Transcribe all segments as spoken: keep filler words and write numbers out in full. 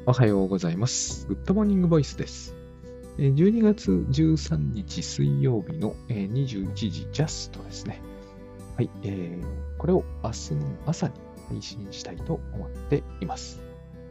おはようございます。グッドモーニングボイスです。えーじゅうにがつじゅうさんにち水曜日のえーにじゅういちじジャストですね。はい、えーこれを明日の朝に配信したいと思っています。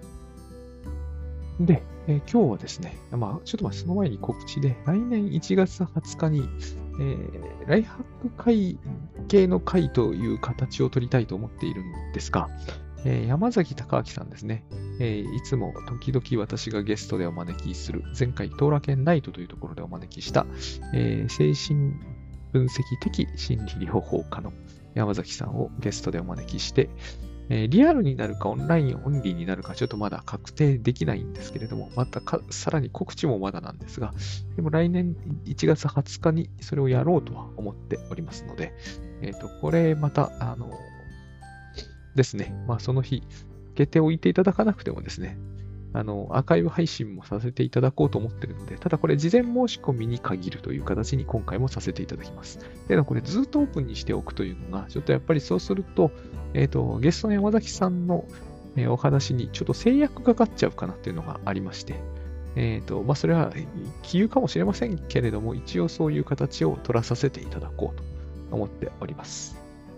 で、えー今日はですね、まあ、ちょっとまあその前に告知で、来年いちがつはつかに、えーライフハック会系の会という形を取りたいと思っているんですが、えー山崎隆明さんですね、えーいつも時々私がゲストでお招きする、前回、トーラケンナイトというところでお招きした、えー精神分析的心理療法家の山崎さんをゲストでお招きして、えーリアルになるかオンラインオンリーになるかちょっとまだ確定できないんですけれども、またかさらに告知もまだなんですが、でも来年いちがつはつかにそれをやろうとは思っておりますので、えっと、これまた、あの、ですね、まあその日、開けておいていただかなくてもですね、あの、アーカイブ配信もさせていただこうと思っているので、ただこれ事前申し込みに限るという形に今回もさせていただきます。でもこれずっとオープンにしておくというのが、ちょっとやっぱりそうすると、えっと、ゲストの山崎さんのえーお話にちょっと制約がかかっちゃうかなっていうのがありまして、えっと、まあそれは杞憂かもしれませんけれども、一応そういう形を取らさせていただこうと思っております。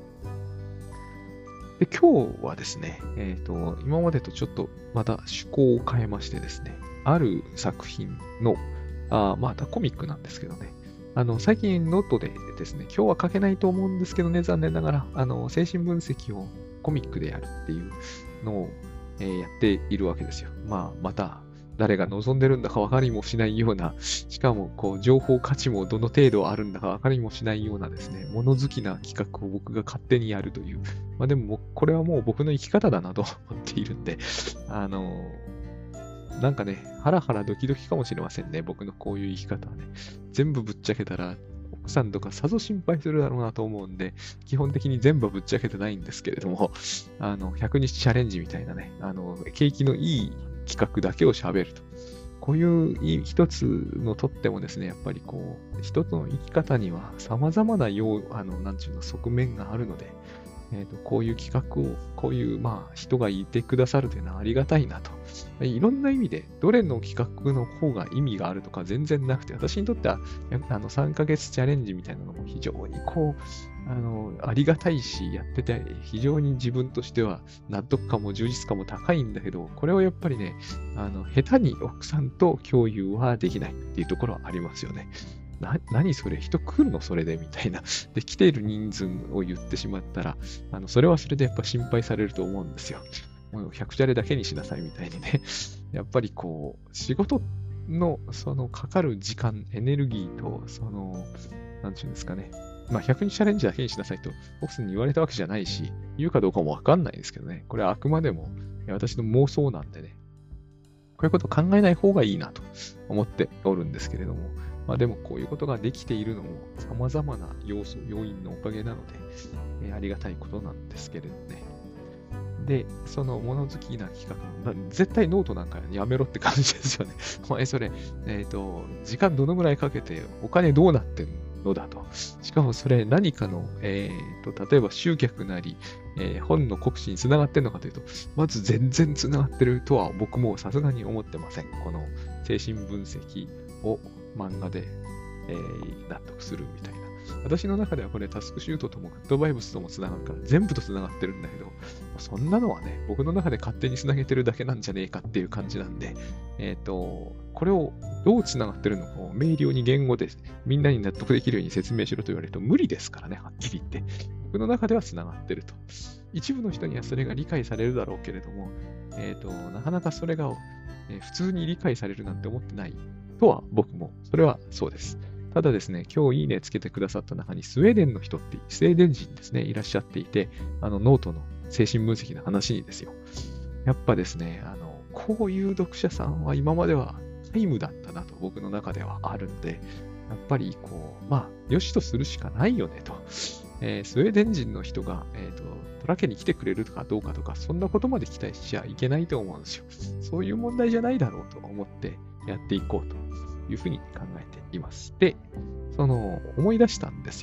で、今日はですね、えっと、今までとちょっとまた趣向を変えましてですね、ある作品の、あまたコミックなんですけどね、あの、最近ノートでですね、今日は書けないと思うんですけどね、残念ながら、あの、精神分析をコミックでやるっていうのを、えーやっているわけですよ。まあ、また、誰が望んでるんだか分かりもしないような、しかも、こう、情報価値もどの程度あるんだか分かりもしないようなですね、物好きな企画を僕が勝手にやるという、まあでも、これはもう僕の生き方だなと思っているんで、あの、なんかね、ハラハラドキドキかもしれませんね。僕のこういう生き方はね。全部ぶっちゃけたら、奥さんとかさぞ心配するだろうなと思うんで、基本的に全部はぶっちゃけてないんですけれども、あの、ひゃくにちチャレンジみたいなね、あの、景気のいい企画だけを喋ると。こういうい一つのとってもですね、やっぱりこう、一つの生き方には様々なよう、あの、なんちゅうの、側面があるので、えーと、こういう企画を、こういう、まあ、人がいてくださるというのはありがたいなと。いろんな意味で、どれの企画の方が意味があるとか全然なくて、私にとっては、やあのさんかげつチャレンジみたいなのも非常にこう、あの、ありがたいし、やってて、非常に自分としては納得感も充実感も高いんだけど、これをやっぱりね、あの、下手に奥さんと共有はできないっていうところはありますよね。な、何それ人来るのそれでみたいな。で、来ている人数を言ってしまったら、あの、それはそれでやっぱ心配されると思うんですよ。もうひゃくチャレだけにしなさいみたいにね。やっぱりこう、仕事の、その、かかる時間、エネルギーと、その、なんていうんですかね。まあ、ひゃくにちチャレンジだけにしなさいと、奥さんに言われたわけじゃないし、言うかどうかもわかんないですけどね。これはあくまでも私の妄想なんでね。こういうことを考えない方がいいなと思っておるんですけれども、まあでもこういうことができているのも様々な要素、要因のおかげなので、えーありがたいことなんですけれどね。で、その物好きな企画の、絶対ノートなんかやめろって感じですよね。お前それ、えっと、時間どのぐらいかけてお金どうなってんのだと。しかもそれ何かの、えっと、例えば集客なり、えー本の告知につながってんのかというと、まず全然つながってるとは僕もさすがに思ってません。この精神分析を漫画で、えー納得するみたいな。私の中ではこれタスクシュートともグッドバイブスともつながるから全部とつながってるんだけど、そんなのはね、僕の中で勝手につなげてるだけなんじゃねえかっていう感じなんで、えっと、これをどうつながってるのかを明瞭に言語でみんなに納得できるように説明しろと言われると無理ですからね、はっきり言って。僕の中ではつながってると。一部の人にはそれが理解されるだろうけれども、えっと、なかなかそれが、えー普通に理解されるなんて思ってないとは僕も、それはそうです。ただですね、今日いいねつけてくださった中にスウェーデンの人って、スウェーデン人ですね、いらっしゃっていて、あの、ノートの精神分析の話にですよ。やっぱですね、あの、こういう読者さんは今までは皆無だったなと僕の中ではあるんで、やっぱりこう、まあ、良しとするしかないよねと。えースウェーデン人の人が、えーと、トラ家に来てくれるかどうかとか、そんなことまで期待しちゃいけないと思うんですよ。そういう問題じゃないだろうと思ってやっていこうというふうに考えています。で、その、思い出したんですよ。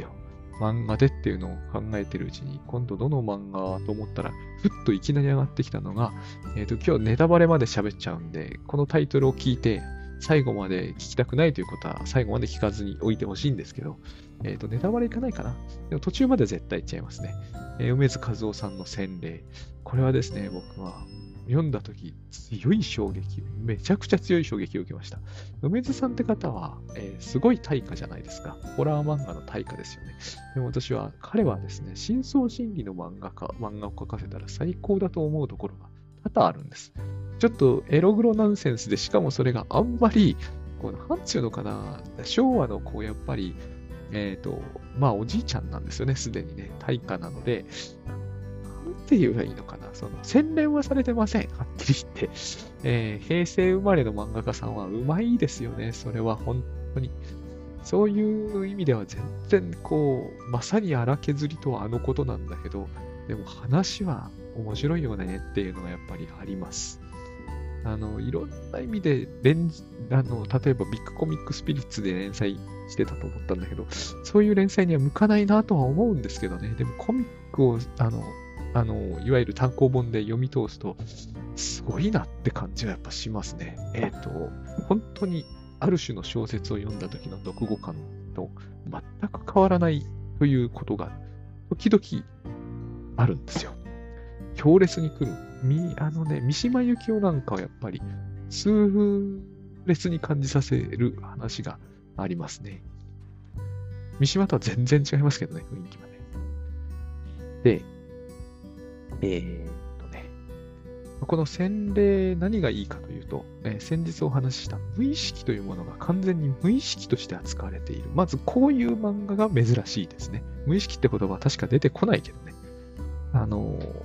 漫画でっていうのを考えてるうちに、今度どの漫画と思ったら、ふっといきなり上がってきたのが、えっと、今日ネタバレまで喋っちゃうんで、このタイトルを聞いて、最後まで聞きたくないということは、最後まで聞かずに置いてほしいんですけど、えっと、ネタバレいかないかな。でも途中まで絶対言っちゃいますね。えー梅津和夫さんの洗礼。これはですね、僕は読んだとき強い衝撃、めちゃくちゃ強い衝撃を受けました。梅津さんって方は、えーすごい大家じゃないですか。ホラー漫画の大家ですよね。でも私は、彼はですね、深層心理の漫画家、漫画を描かせたら最高だと思うところが多々あるんです。ちょっとエログロナンセンスで、しかもそれがあんまり、こうなんていうのかな、昭和のこう、やっぱり、えっと、まあおじいちゃんなんですよね、すでにね、大家なので、なんて言えばいいのかな、その、洗練はされてません、はっきり言って。えー平成生まれの漫画家さんはうまいですよね、それは本当に。そういう意味では全然こう、まさに荒削りとはあのことなんだけど、でも話は面白いよねっていうのがやっぱりあります。あの、いろんな意味で連、あの、例えばビッグコミックスピリッツで連載してたと思ったんだけど、そういう連載には向かないなとは思うんですけどね。でもコミックを、あの、あの、いわゆる単行本で読み通すと、すごいなって感じはやっぱしますね。えっと、本当にある種の小説を読んだ時の読後感と全く変わらないということが時々あるんですよ。強烈に来る。み、あのね、三島由紀夫なんかはやっぱり痛烈に感じさせる話がありますね。三島とは全然違いますけどね、雰囲気はね。で、えーっとね、この洗礼何がいいかというと、えー先日お話しした無意識というものが完全に無意識として扱われている。まずこういう漫画が珍しいですね。無意識って言葉は確か出てこないけどね。あのー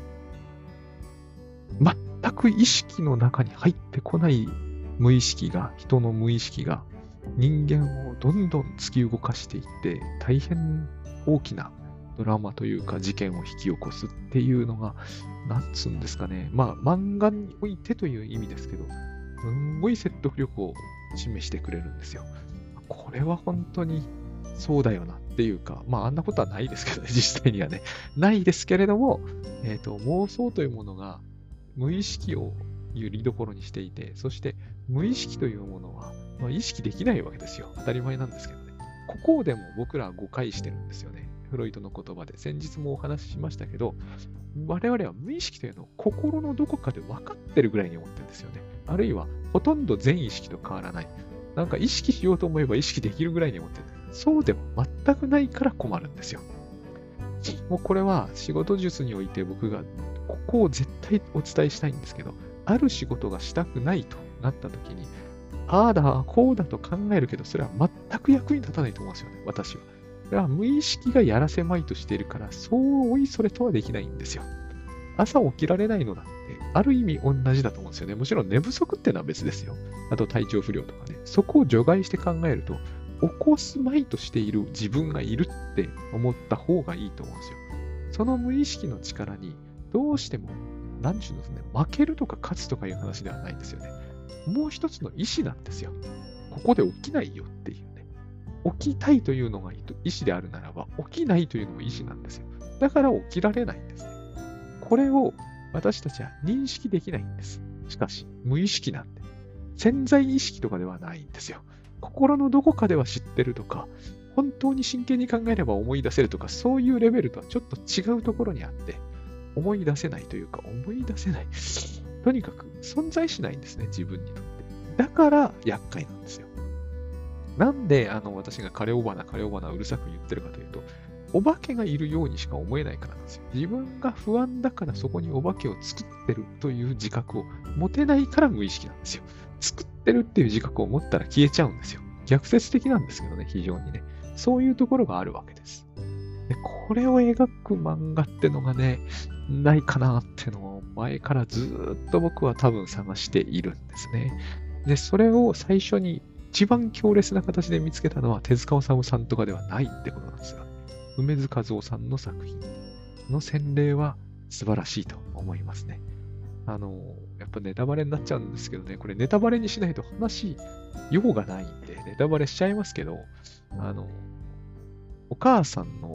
全く意識の中に入ってこない無意識が、人の無意識が人間をどんどん突き動かしていって、大変大きなドラマというか事件を引き起こすっていうのが、なんつうんですかね。まあ、漫画においてという意味ですけど、すんごい説得力を示してくれるんですよ。これは本当にそうだよなっていうか、まあ、あんなことはないですけどね、実際にはね。ないですけれども、えっと、妄想というものが、無意識をよりどころにしていて、そして無意識というものは、まあ、意識できないわけですよ。当たり前なんですけどね。ここでも僕らは誤解してるんですよね。フロイトの言葉で。先日もお話ししましたけど、我々は無意識というのを心のどこかで分かってるぐらいに思ってるんですよね。あるいは、ほとんど全意識と変わらない。なんか意識しようと思えば意識できるぐらいに思ってる。そうでも全くないから困るんですよ。もうこれは仕事術において僕がここを絶対お伝えしたいんですけど、ある仕事がしたくないとなった時に、ああだ、こうだと考えるけど、それは全く役に立たないと思うんですよね、私は。それは無意識がやらせまいとしているから、そうおいそれとはできないんですよ。朝起きられないのだって、ある意味同じだと思うんですよね。もちろん寝不足っていうのは別ですよ。あと体調不良とかね。そこを除外して考えると、起こすまいとしている自分がいるって思った方がいいと思うんですよ。その無意識の力に、どうしても、なんちゅうんですね、負けるとか勝つとかいう話ではないんですよね。もう一つの意志なんですよ。ここで起きないよっていうね。起きたいというのが意志であるならば、起きないというのも意志なんですよ。だから起きられないんですね。これを私たちは認識できないんです。しかし、無意識なんで。潜在意識とかではないんですよ。心のどこかでは知ってるとか、本当に真剣に考えれば思い出せるとか、そういうレベルとはちょっと違うところにあって、思い出せないというか、思い出せない。とにかく存在しないんですね、自分にとって。だから厄介なんですよ。なんで、あの、私がカレオバナ、カレオバナうるさく言ってるかというと、お化けがいるようにしか思えないからなんですよ。自分が不安だからそこにお化けを作ってるという自覚を持てないから無意識なんですよ。作ってるっていう自覚を持ったら消えちゃうんですよ。逆説的なんですけどね、非常にね。そういうところがあるわけです。で、これを描く漫画ってのがね、ないかなってのを前からずーっと僕は多分探しているんですね。で、それを最初に一番強烈な形で見つけたのは手塚治虫さんとかではないってことなんですよ。梅津和夫さんの作品の洗礼は素晴らしいと思いますね。あの、やっぱネタバレになっちゃうんですけどね、これネタバレにしないと話、用がないんで、ネタバレしちゃいますけど、あの、お母さんの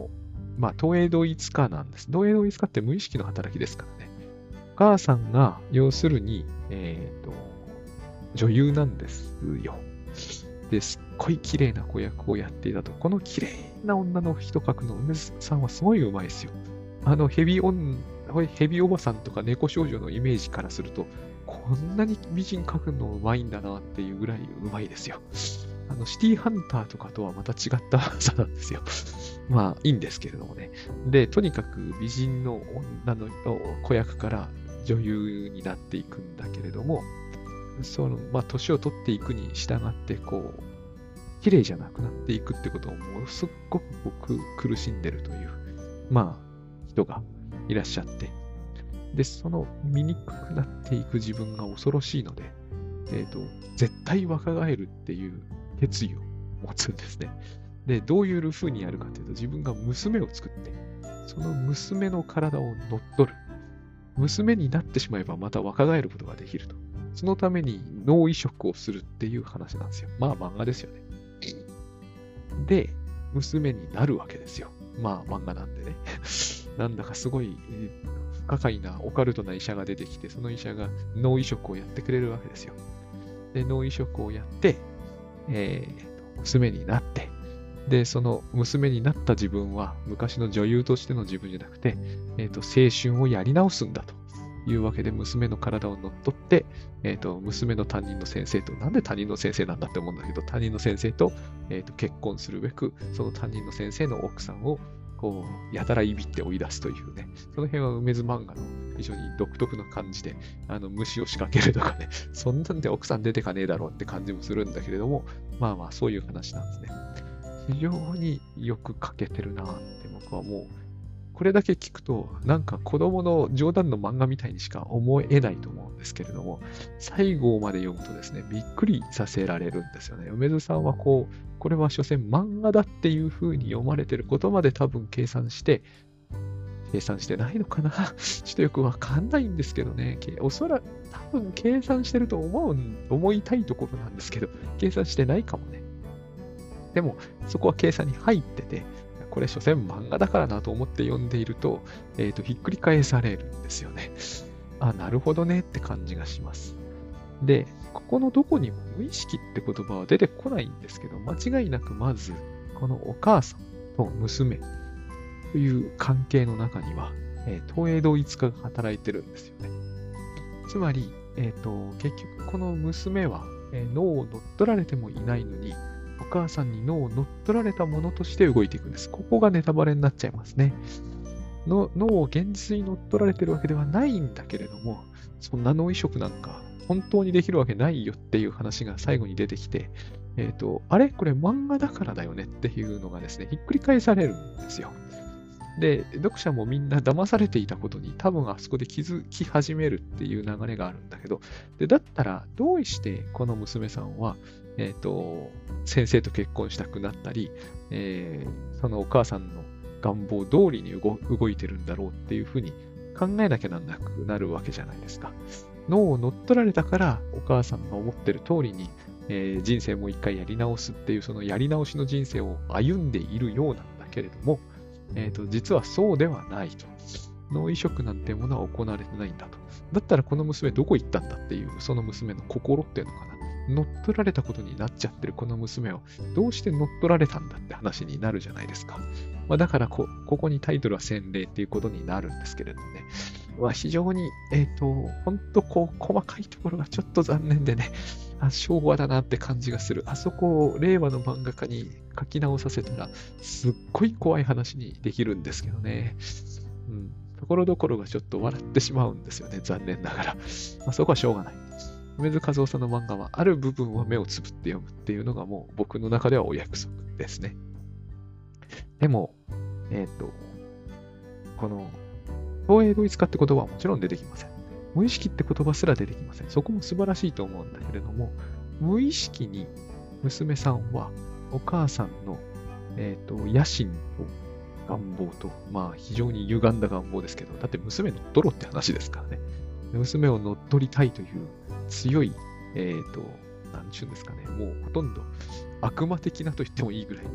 まあ、東映同一化なんです。東映同一化って無意識の働きですからね。お母さんが、要するに、えっと、女優なんですよ。で、すっごい綺麗な子役をやっていたと。この綺麗な女の人描くの、梅津さんはすごい上手いですよ。あの、ヘビオン、ヘビおばさんとか猫少女のイメージからすると、こんなに美人描くの上手いんだなっていうぐらい上手いですよ。あの、シティハンターとかとはまた違った技なんですよ。まあ、いいんですけれどもね。で、とにかく美人の女の子役から女優になっていくんだけれども、その、まあ、年を取っていくに従って、こう、綺麗じゃなくなっていくってことをものすっごく僕苦しんでるという、まあ、人がいらっしゃって、で、その醜くなっていく自分が恐ろしいので、えっと、絶対若返るっていう決意を持つんですね。で、どういう風にやるかというと、自分が娘を作って、その娘の体を乗っ取る。娘になってしまえばまた若返ることができると。そのために脳移植をするっていう話なんですよ。まあ漫画ですよね。で、娘になるわけですよ。まあ漫画なんでね。なんだかすごい、えー不可解なオカルトな医者が出てきて、その医者が脳移植をやってくれるわけですよ。で、脳移植をやって、えー、娘になって、で、その娘になった自分は昔の女優としての自分じゃなくて、えっと、青春をやり直すんだというわけで、娘の体を乗っ取って、えっと、娘の担任の先生と、なんで他人の先生なんだって思うんだけど、他人の先生と、えっと、結婚するべく、その担任の先生の奥さんを、こう、やたらいびって追い出すというね、その辺は梅津漫画の非常に独特な感じで、あの、虫を仕掛けるとかね、そんなんで奥さん出てかねえだろうって感じもするんだけれども、まあまあ、そういう話なんですね。非常によく書けてるなって僕はもう、これだけ聞くと、なんか子供の冗談の漫画みたいにしか思えないと思うんですけれども、最後まで読むとですね、びっくりさせられるんですよね。梅津さんはこう、これは所詮漫画だっていう風に読まれてることまで多分計算して、計算してないのかなちょっとよくわかんないんですけどね。おそらく多分計算してると思う、思いたいところなんですけど、計算してないかもね。でも、そこは計算に入ってて、これ所詮漫画だからなと思って読んでいると、えっと、ひっくり返されるんですよね。あ、なるほどねって感じがします。で、ここのどこにも無意識って言葉は出てこないんですけど、間違いなくまず、このお母さんと娘という関係の中には、えー、東映同一化が働いてるんですよね。つまり、えっと、結局この娘は、えー、脳を乗っ取られてもいないのに、お母さんに脳を乗っ取られたものとして動いていくんです。ここがネタバレになっちゃいますね。の脳を現実に乗っ取られてるわけではないんだけれども、そんな脳移植なんか本当にできるわけないよっていう話が最後に出てきて、えっと、あれこれ漫画だからだよねっていうのがですね、ひっくり返されるんですよ。で、読者もみんな騙されていたことに多分あそこで気づき始めるっていう流れがあるんだけど、でだったらどうしてこの娘さんは、えっと、先生と結婚したくなったり、えー、そのお母さんの願望通りに動動いてるんだろうっていうふうに考えなきゃなんなくなるわけじゃないですか。脳を乗っ取られたからお母さんが思ってる通りに、えー、人生もう一回やり直すっていうそのやり直しの人生を歩んでいるようなんだけれども、えーと、実はそうではないと。脳移植なんてものは行われてないんだと。だったらこの娘どこ行ったんだっていう、その娘の心っていうのかな。乗っ取られたことになっちゃってるこの娘をどうして乗っ取られたんだって話になるじゃないですか。まあ、だからこ、ここにタイトルは洗礼っていうことになるんですけれどもね。まあ、非常に、えっと、ほんとこう、細かいところがちょっと残念でね、あ、昭和だなって感じがする。あそこを令和の漫画家に書き直させたら、すっごい怖い話にできるんですけどね。うん。ところどころがちょっと笑ってしまうんですよね。残念ながら。まあ、そこはしょうがない。梅津和夫さんの漫画は、ある部分は目をつぶって読むっていうのがもう僕の中ではお約束ですね。でも、えっと、この、東映同一化って言葉はもちろん出てきません。無意識って言葉すら出てきません。そこも素晴らしいと思うんだけれども、無意識に娘さんはお母さんの、えっと、野心と願望と、まあ非常に歪んだ願望ですけど、だって娘乗っ取ろうって話ですからね。娘を乗っ取りたいという強い、えっと、なんちゅうんですかね、もうほとんど悪魔的なと言ってもいいぐらいの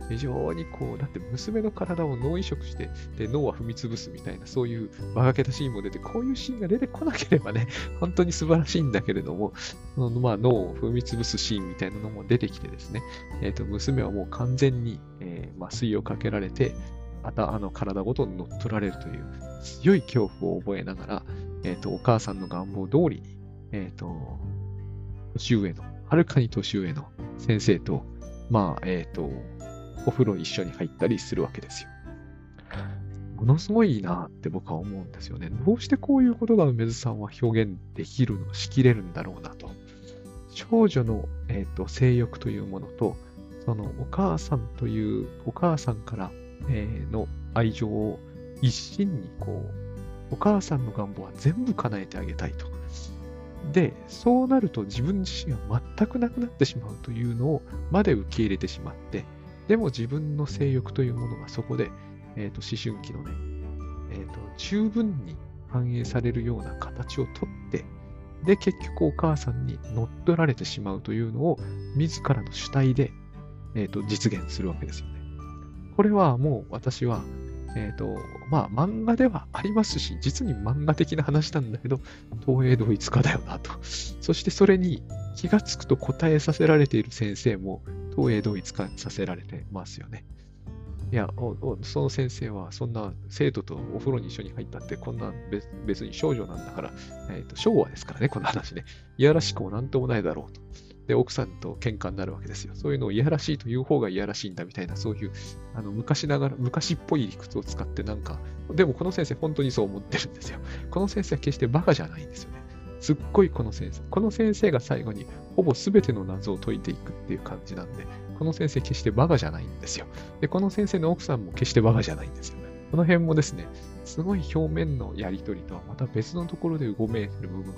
非常にこう、だって娘の体を脳移植して、で、脳は踏み潰すみたいな、そういう馬鹿げたシーンも出て、こういうシーンが出てこなければね、本当に素晴らしいんだけれども、そのまあ、脳を踏み潰すシーンみたいなのも出てきてですね、えっと、娘はもう完全に、えー、麻酔をかけられて、またあの体ごと乗っ取られるという強い恐怖を覚えながら、えっと、お母さんの願望通りに、えっと、年上の、はるかに年上の先生と、まあ、えっと、お風呂一緒に入ったりするわけですよ。ものすごいなって僕は思うんですよね。どうしてこういうことが梅津さんは表現できるの、しきれるんだろうなと。少女の、えーと、性欲というものと、そのお母さんという、お母さんから、えーの愛情を一身にこう、お母さんの願望は全部叶えてあげたいと。で、そうなると自分自身は全くなくなってしまうというのをまで受け入れてしまって、でも自分の性欲というものがそこで、えーと、思春期のね、えーと、十分に反映されるような形をとって、で、結局お母さんに乗っ取られてしまうというのを自らの主体で、えーと、実現するわけですよね。これはもう私は、えっと、まあ漫画ではありますし、実に漫画的な話なんだけど、東映同一化だよなと。そしてそれに気がつくと答えさせられている先生も東映同一化させられてますよね。いや、おおその先生はそんな生徒とお風呂に一緒に入ったってこんな 別, 別に少女なんだから、えーと、昭和ですからね、この話ね。いやらしくもなんともないだろうと。で、奥さんと喧嘩になるわけですよ。そういうのをいやらしいという方がいやらしいんだみたいな、そういうあの昔ながら、昔っぽい理屈を使ってなんか、でもこの先生本当にそう思ってるんですよ。この先生は決してバカじゃないんですよね。すっごいこの先生。この先生が最後にほぼ全ての謎を解いていくっていう感じなんで、この先生決してバカじゃないんですよ。で、この先生の奥さんも決してバカじゃないんですよね。この辺もですね、すごい表面のやりとりとはまた別のところでうごめいてる部分があって、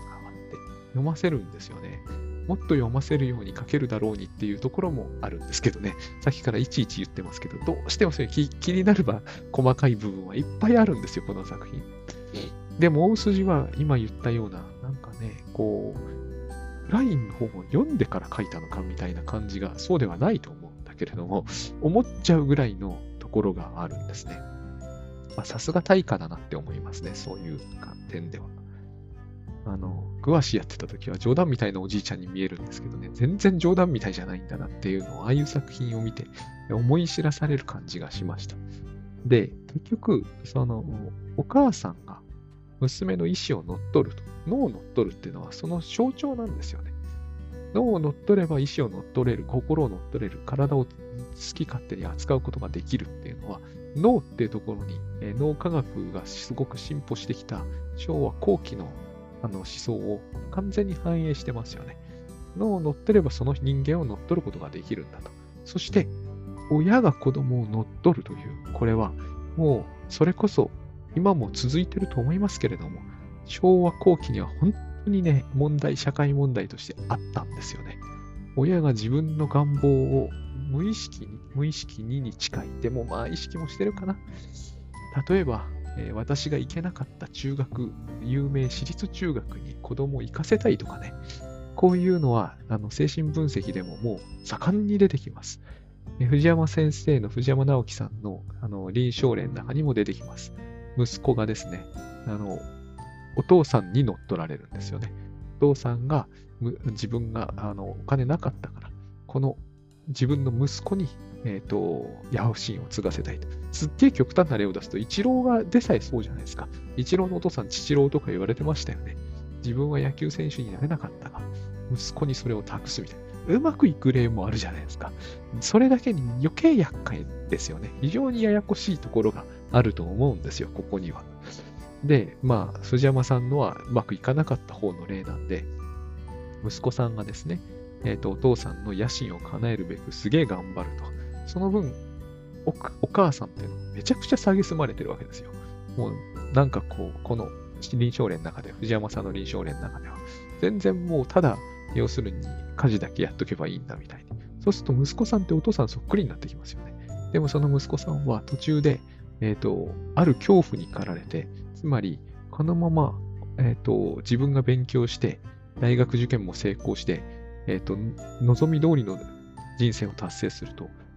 読ませるんですよね。もっと読ませるように書けるだろうにっていうところもあるんですけどね。さっきからいちいち言ってますけど、どうしてもそういう気気になれば細かい部分はいっぱいあるんですよ、この作品。でも大筋は今言ったような、なんかね、こう、ラインの方を読んでから書いたのかみたいな感じがそうではないと思うんだけれども、思っちゃうぐらいのところがあるんですね。さすが大家だなって思いますね、そういう点では。あの、グワシやってた時は冗談みたいなおじいちゃんに見えるんですけどね、全然冗談みたいじゃないんだなっていうのを、ああいう作品を見て思い知らされる感じがしました。で、結局、その、お母さんが娘の意思を乗っ取ると、脳を乗っ取るっていうのはその象徴なんですよね。脳を乗っ取れば意思を乗っ取れる、心を乗っ取れる、体を好き勝手に扱うことができるっていうのは、脳っていうところに、えー、脳科学がすごく進歩してきた昭和後期のあの思想を完全に反映してますよね。脳を乗っ取ればその人間を乗っ取ることができるんだと。そして、親が子供を乗っ取るという、これはもうそれこそ今も続いてると思いますけれども、昭和後期には本当にね、問題、社会問題としてあったんですよね。親が自分の願望を無意識に、無意識にに近い。でもまあ意識もしてるかな。例えば、えー、私が行けなかった中学、有名私立中学に子供を行かせたいとかね。こういうのはあの精神分析でももう盛んに出てきます。えー、藤山先生の藤山直樹さんのあの臨床例の中にも出てきます。息子がですね、あのお父さんに乗っ取られるんですよね。お父さんが自分があのお金なかったから、この自分の息子に、えーと、ヤオシンを継がせたいと。すっげえ極端な例を出すと、イチローがでさえそうじゃないですか。イチローのお父さん、チチローとか言われてましたよね。自分は野球選手になれなかったが、息子にそれを託すみたいな。うまくいく例もあるじゃないですか。それだけに余計厄介ですよね。非常にややこしいところがあると思うんですよ、ここには。で、まあ、藤山さんのはうまくいかなかった方の例なんで、息子さんがですね、えっと、お父さんの野心を叶えるべくすげえ頑張ると。その分お、お母さんっていうのはめちゃくちゃ蔑まれてるわけですよ。もう、なんかこう、この臨床例の中で、藤山さんの臨床例の中では、全然もうただ、要するに家事だけやっとけばいいんだみたいに。そうすると息子さんってお父さんそっくりになってきますよね。でもその息子さんは途中で、えっと、ある恐怖に駆られて、つまり、このまま、えっと、自分が勉強して、大学受験も成功して、えっと、望み通りの人生を達成すると、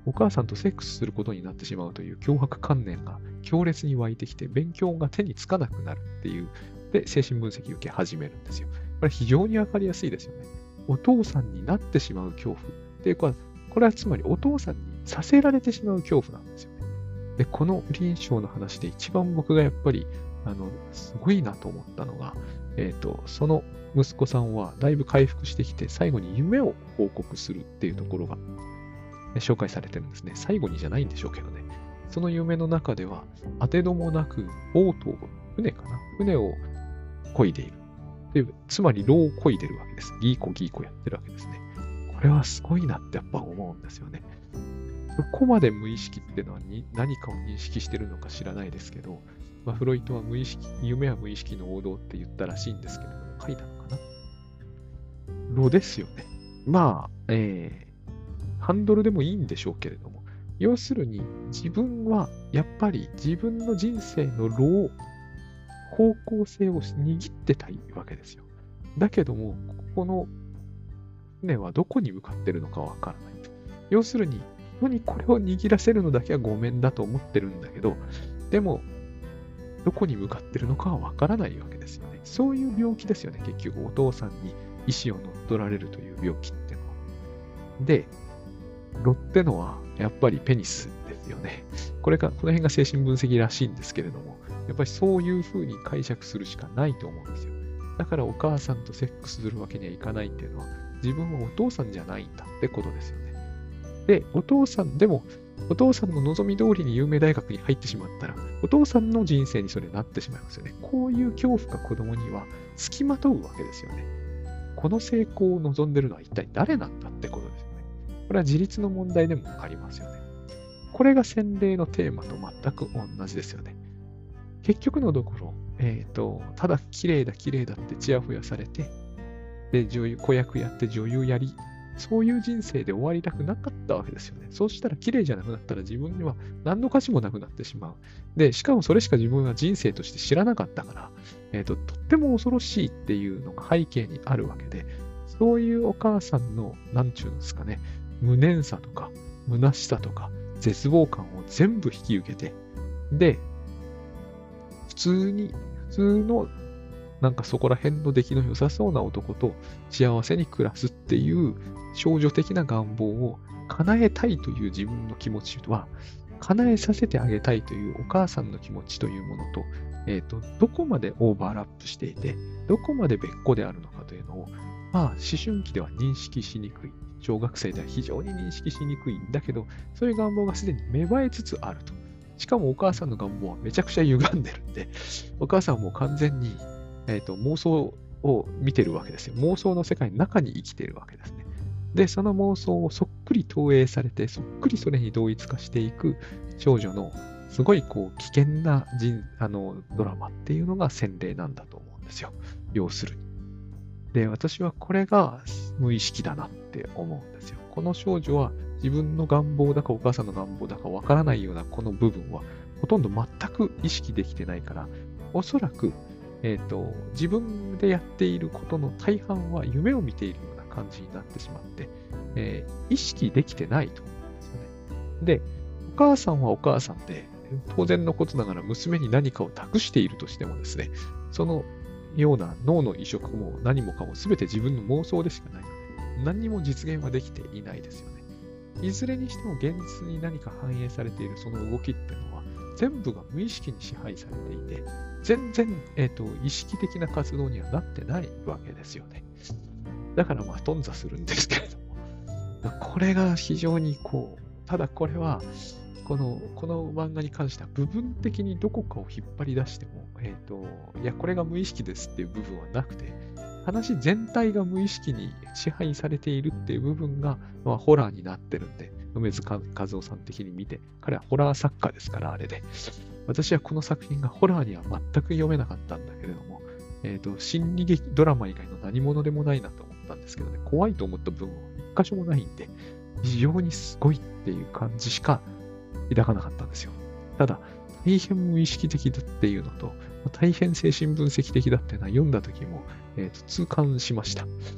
お母さんとセックスすることになってしまうという脅迫観念が強烈に湧いてきて、勉強が手につかなくなるっていう、で、精神分析を受け始めるんですよ。これ非常にわかりやすいですよね。お父さんになってしまう恐怖っていうか、これはつまりお父さんにさせられてしまう恐怖なんですよね。で、この臨床の話で一番僕がやっぱり、あの、すごいなと思ったのが、えっと、その息子さんはだいぶ回復してきて、最後に夢を報告するっていうところが紹介されてるんですね。最後にじゃないんでしょうけどね。その夢の中では、当てどもなく、ボートを、船かな船を漕いでいる。でつまり、牢を漕いでるわけです。ギーコギーコやってるわけですね。これはすごいなってやっぱ思うんですよね。どこまで無意識っていうのはに何かを認識してるのか知らないですけど、まあ、フロイトは無意識、夢は無意識の王道って言ったらしいんですけれども、書いたのかな炉ですよね。まあ、えー、ハンドルでもいいんでしょうけれども、要するに自分はやっぱり自分の人生の炉を、方向性を握ってたいわけですよ。だけども、この船はどこに向かってるのかわからない。要するに、人にこれを握らせるのだけはごめんだと思ってるんだけど、でも、どこに向かってるのかはわからないわけですよね。そういう病気ですよね。結局、お父さんに意思を乗っ取られるという病気っていうのは。で、炉ってのは、やっぱりペニスですよね。これか、この辺が精神分析らしいんですけれども、やっぱりそういう風に解釈するしかないと思うんですよ。だからお母さんとセックスするわけにはいかないっていうのは、自分はお父さんじゃないんだってことですよね。で、お父さん、でも、お父さんの望み通りに有名大学に入ってしまったら、お父さんの人生にそれなってしまいますよね。こういう恐怖が子供には付きまとうわけですよね。この成功を望んでるのは一体誰なんだってことですよね。これは自立の問題でもありますよね。これが洗礼のテーマと全く同じですよね。結局のところ、えっと、ただ綺麗だ綺麗だってチヤホヤされて、で、女優、子役やって女優やり、そういう人生で終わりたくなかったわけですよね。そうしたら綺麗じゃなくなったら自分には何の価値もなくなってしまう。で、しかもそれしか自分は人生として知らなかったから、えっと、とっても恐ろしいっていうのが背景にあるわけで、そういうお母さんの、なんちゅうんですかね、無念さとか、虚しさとか、絶望感を全部引き受けて、で、普通に、普通のなんかそこら辺の出来の良さそうな男と幸せに暮らすっていう少女的な願望を叶えたいという自分の気持ちは、叶えさせてあげたいというお母さんの気持ちというものと、えっと、どこまでオーバーラップしていて、どこまで別個であるのかというのを、まあ、思春期では認識しにくい。小学生では非常に認識しにくいんだけど、そういう願望がすでに芽生えつつあると。しかもお母さんの願望はめちゃくちゃ歪んでるんで、お母さんはもう完全にえーと、妄想を見てるわけですよ。妄想の世界の中に生きているわけですね。で、その妄想をそっくり投影されて、そっくりそれに同一化していく少女のすごいこう危険な人あのドラマっていうのが洗礼なんだと思うんですよ。要するに。で、私はこれが無意識だなって思うんですよ。この少女は自分の願望だかお母さんの願望だかわからないようなこの部分はほとんど全く意識できてないから、おそらくえっと、自分でやっていることの大半は夢を見ているような感じになってしまって、えー、意識できてないと思うんですよね。で、お母さんはお母さんで、当然のことながら娘に何かを託しているとしてもですね、そのような脳の移植も何もかも全て自分の妄想でしかないので、何にも実現はできていないですよね。いずれにしても現実に何か反映されているその動きっていうのは、全部が無意識に支配されていて、全然、えっと、意識的な活動にはなってないわけですよね。だからまあ、頓挫するんですけれども。これが非常にこう、ただこれは、この、この漫画に関しては部分的にどこかを引っ張り出しても、えっと、いや、これが無意識ですっていう部分はなくて、話全体が無意識に支配されているっていう部分が、まあ、ホラーになってるんで、梅津和夫さん的に見て、彼はホラー作家ですから、あれで。私はこの作品がホラーには全く読めなかったんだけれども、えっと、心理劇ドラマ以外の何者でもないなと思ったんですけどね、怖いと思った部分は一箇所もないんで、非常にすごいっていう感じしか抱かなかったんですよ。ただ、大変無意識的だっていうのと、大変精神分析的だっていうのは読んだ時も、えーと、痛感しました。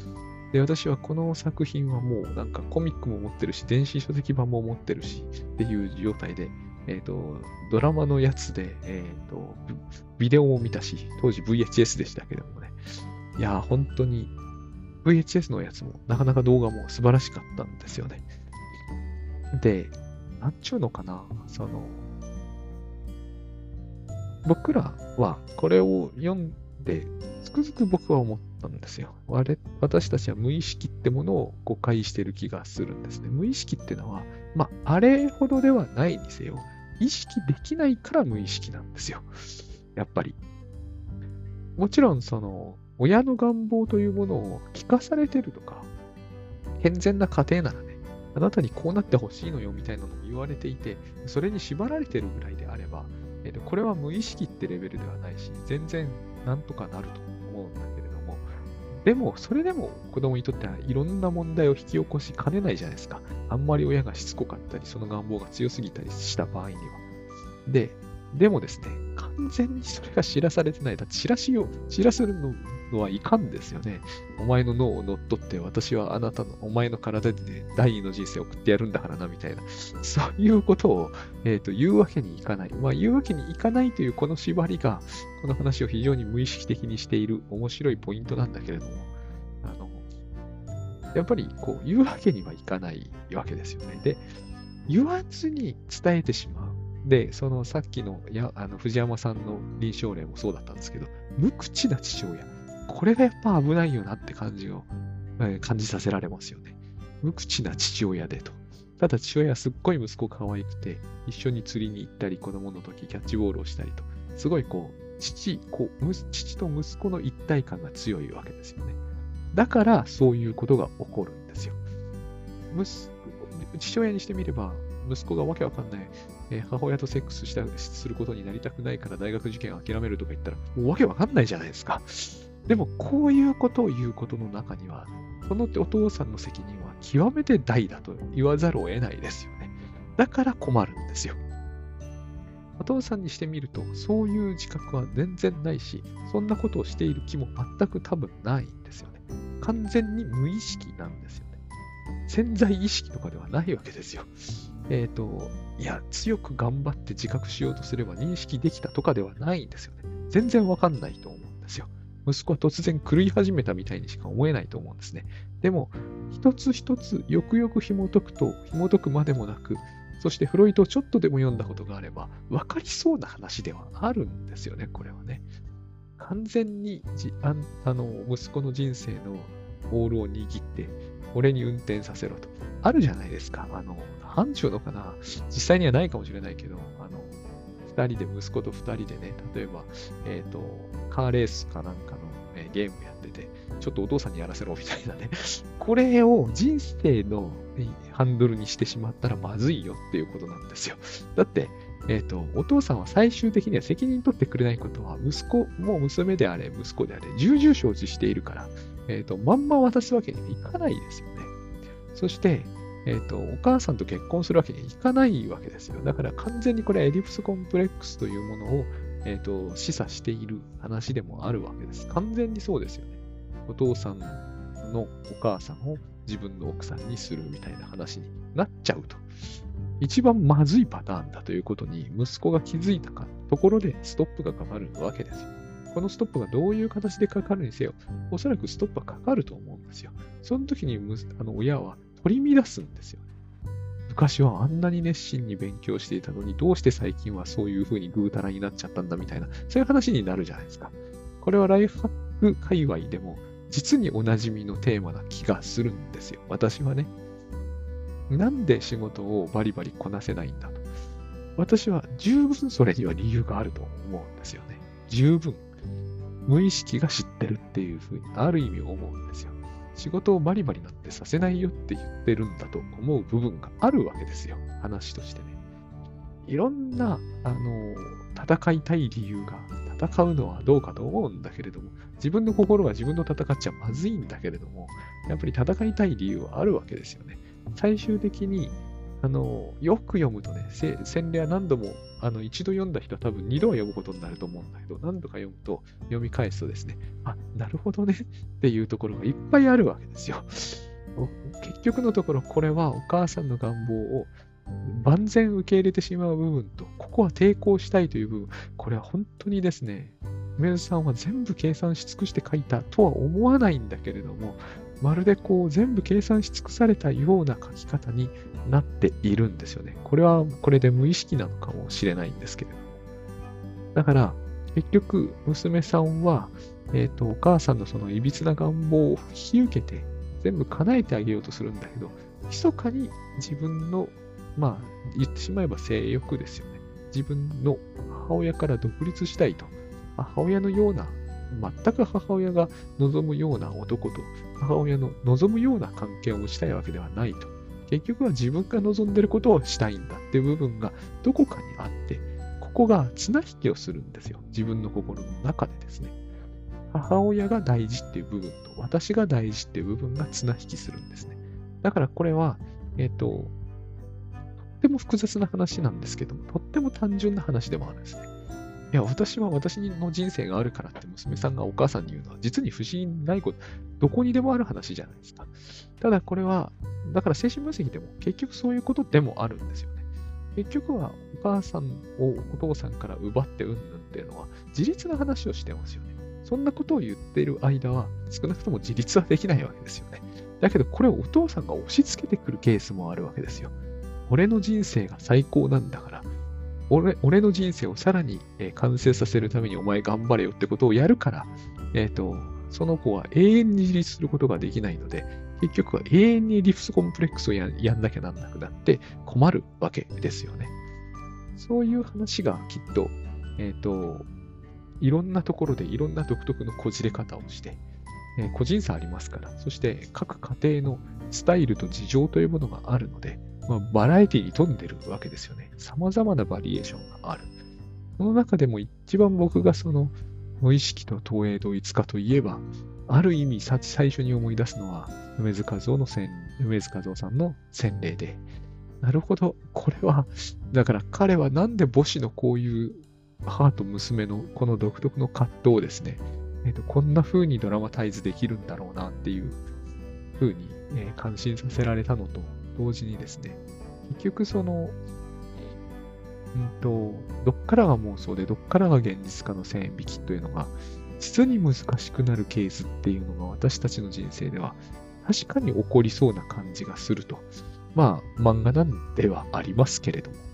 で、私はこの作品はもうなんかコミックも持ってるし、電子書籍版も持ってるしっていう状態で、えっと、ドラマのやつで、えっと、ビデオも見たし、当時 ブイエイチエス でしたけどもね。いやー、本当に ブイエイチエス のやつもなかなか動画も素晴らしかったんですよね。で、なんちゅうのかな、その、僕らはこれを読んで、つくづく僕は思ったんですよ。あれ、私たちは無意識ってものを誤解してる気がするんですね。無意識ってのは、まあ、あれほどではないにせよ、意識できないから無意識なんですよ。やっぱり。もちろん、その、親の願望というものを聞かされてるとか、健全な家庭ならね、あなたにこうなってほしいのよみたいなのを言われていて、それに縛られてるぐらいであれば、えーと、これは無意識ってレベルではないし、全然なんとかなると思うんだけれども、でも、それでも子供にとってはいろんな問題を引き起こしかねないじゃないですか。あんまり親がしつこかったり、その願望が強すぎたりした場合には。で、でもですね、完全にそれが知らされてない。だって知らしを、知らせるのはいかんですよね。お前の脳を乗っ取って、私はあなたの、お前の体で第二の人生を送ってやるんだからな、みたいな。そういうことを、えーと、言うわけにいかない。まあ、言うわけにいかないというこの縛りが、この話を非常に無意識的にしている面白いポイントなんだけれども、あの、やっぱりこう、言うわけにはいかないわけですよね。で、言わずに伝えてしまう。で、そのさっきのやあの藤山さんの臨床例もそうだったんですけど、無口な父親。これがやっぱ危ないよなって感じを、えー感じさせられますよね。無口な父親でと。ただ父親はすっごい息子可愛くて、一緒に釣りに行ったり、子供の時キャッチボールをしたりと、すごいこう、父、こうむ父と息子の一体感が強いわけですよね。だからそういうことが起こるんですよ。息父親にしてみれば、息子がわけわかんない、えー母親とセックスしたすることになりたくないから大学受験を諦めるとか言ったら、もうわけわかんないじゃないですか。でも、こういうことを言うことの中には、そのお父さんの責任は極めて大だと言わざるを得ないですよね。だから困るんですよ。お父さんにしてみると、そういう自覚は全然ないし、そんなことをしている気も全く多分ないんですよね。完全に無意識なんですよね。潜在意識とかではないわけですよ。えっと、いや、強く頑張って自覚しようとすれば認識できたとかではないんですよね。全然わかんないと思うんですよ。息子は突然狂い始めたみたいにしか思えないと思うんですね。でも、一つ一つよくよく紐解くと、紐解くまでもなく、そしてフロイトをちょっとでも読んだことがあれば、わかりそうな話ではあるんですよね、これはね。完全にじああの息子の人生のボールを握って、俺に運転させろと。あるじゃないですか。あの、なんちゅうのかな。実際にはないかもしれないけど、あの、二人で、息子と二人でね、例えば、えっと、カーレースかなんかの、えーゲームやってて、ちょっとお父さんにやらせろみたいなね。これを人生のえーハンドルにしてしまったらまずいよっていうことなんですよ。だって、えっと、お父さんは最終的には責任取ってくれないことは、息子も娘であれ、息子であれ、重々承知しているから、えっと、まんま渡すわけにはいかないですよね。そして、えっと、お母さんと結婚するわけにはいかないわけですよ。だから完全にこれはエディプスコンプレックスというものを、えっと、示唆している話でもあるわけです。完全にそうですよね。お父さんのお母さんを自分の奥さんにするみたいな話になっちゃうと。一番まずいパターンだということに息子が気づいたかところでストップがかかるわけですよ。このストップがどういう形でかかるにせよ、おそらくストップはかかると思うんですよ。その時にむあの親は取り乱すんですよ。昔はあんなに熱心に勉強していたのに、どうして最近はそういう風にぐうたらになっちゃったんだみたいな、そういう話になるじゃないですか。これはライフハック界隈でも実におなじみのテーマな気がするんですよ。私はね。なんで仕事をバリバリこなせないんだと。私は十分それには理由があると思うんですよね。十分。無意識が知ってるっていうふうにある意味思うんですよ。仕事をバリバリなんてさせないよって言ってるんだと思う部分があるわけですよ。話としてね。いろんな、あの、戦いたい理由が、戦うのはどうかと思うんだけれども、自分の心が自分と戦っちゃまずいんだけれども、やっぱり戦いたい理由はあるわけですよね。最終的に、 あの、よく読むとね、せ洗礼は何度も、あの、一度読んだ人は多分二度は読むことになると思うんだけど、何度か読むと、読み返すとですね、あ、なるほどねっていうところがいっぱいあるわけですよ。結局のところ、これはお母さんの願望を万全受け入れてしまう部分と、ここは抵抗したいという部分、これは本当にですね、梅津さんは全部計算し尽くして書いたとは思わないんだけれども、まるでこう全部計算し尽くされたような書き方になっているんですよね。これはこれで無意識なのかもしれないんですけれども。だから、結局、娘さんは、えっと、お母さんのその歪な願望を引き受けて、全部叶えてあげようとするんだけど、密かに自分の、まあ、言ってしまえば性欲ですよね。自分の母親から独立したいと。母親のような、全く母親が望むような男と、母親の望むような関係を持ちたいわけではないと。結局は自分が望んでいることをしたいんだっていう部分がどこかにあって、ここが綱引きをするんですよ。自分の心の中でですね。母親が大事っていう部分と、私が大事っていう部分が綱引きするんですね。だからこれは、えっと、とっても複雑な話なんですけども、とっても単純な話でもあるんですね。いや、私は私の人生があるからって娘さんがお母さんに言うのは、実に不思議ないこと、どこにでもある話じゃないですか。ただこれは、だから精神分析でも結局そういうことでもあるんですよね。結局はお母さんをお父さんから奪ってうんぬんっていうのは、自立の話をしてますよね。そんなことを言っている間は、少なくとも自立はできないわけですよね。だけどこれをお父さんが押し付けてくるケースもあるわけですよ。俺の人生が最高なんだから、俺俺の人生をさらに、えー完成させるためにお前頑張れよってことをやるから、えっと、その子は永遠に自立することができないので、結局は永遠にエディプスコンプレックスをややんなきゃなんなくなって困るわけですよね。そういう話がきっと、えっと、いろんなところでいろんな独特のこじれ方をして、えー個人差ありますから、そして各家庭のスタイルと事情というものがあるので、まあ、バラエティに富んでるわけですよね。様々なバリエーションがある。その中でも一番僕がその無意識と投影同一化といえば、ある意味さ最初に思い出すのは梅津和夫の洗梅津和夫さんの洗礼で、なるほど、これは、だから彼はなんで母子のこういう母と娘のこの独特の葛藤をですね、えーと、こんな風にドラマタイズできるんだろうなっていう風に、えー感心させられたのと同時にですね、結局その、うんと、どっからが妄想でどっからが現実かの線引きというのが、実に難しくなるケースっていうのが私たちの人生では確かに起こりそうな感じがすると。まあ、漫画なんではありますけれども。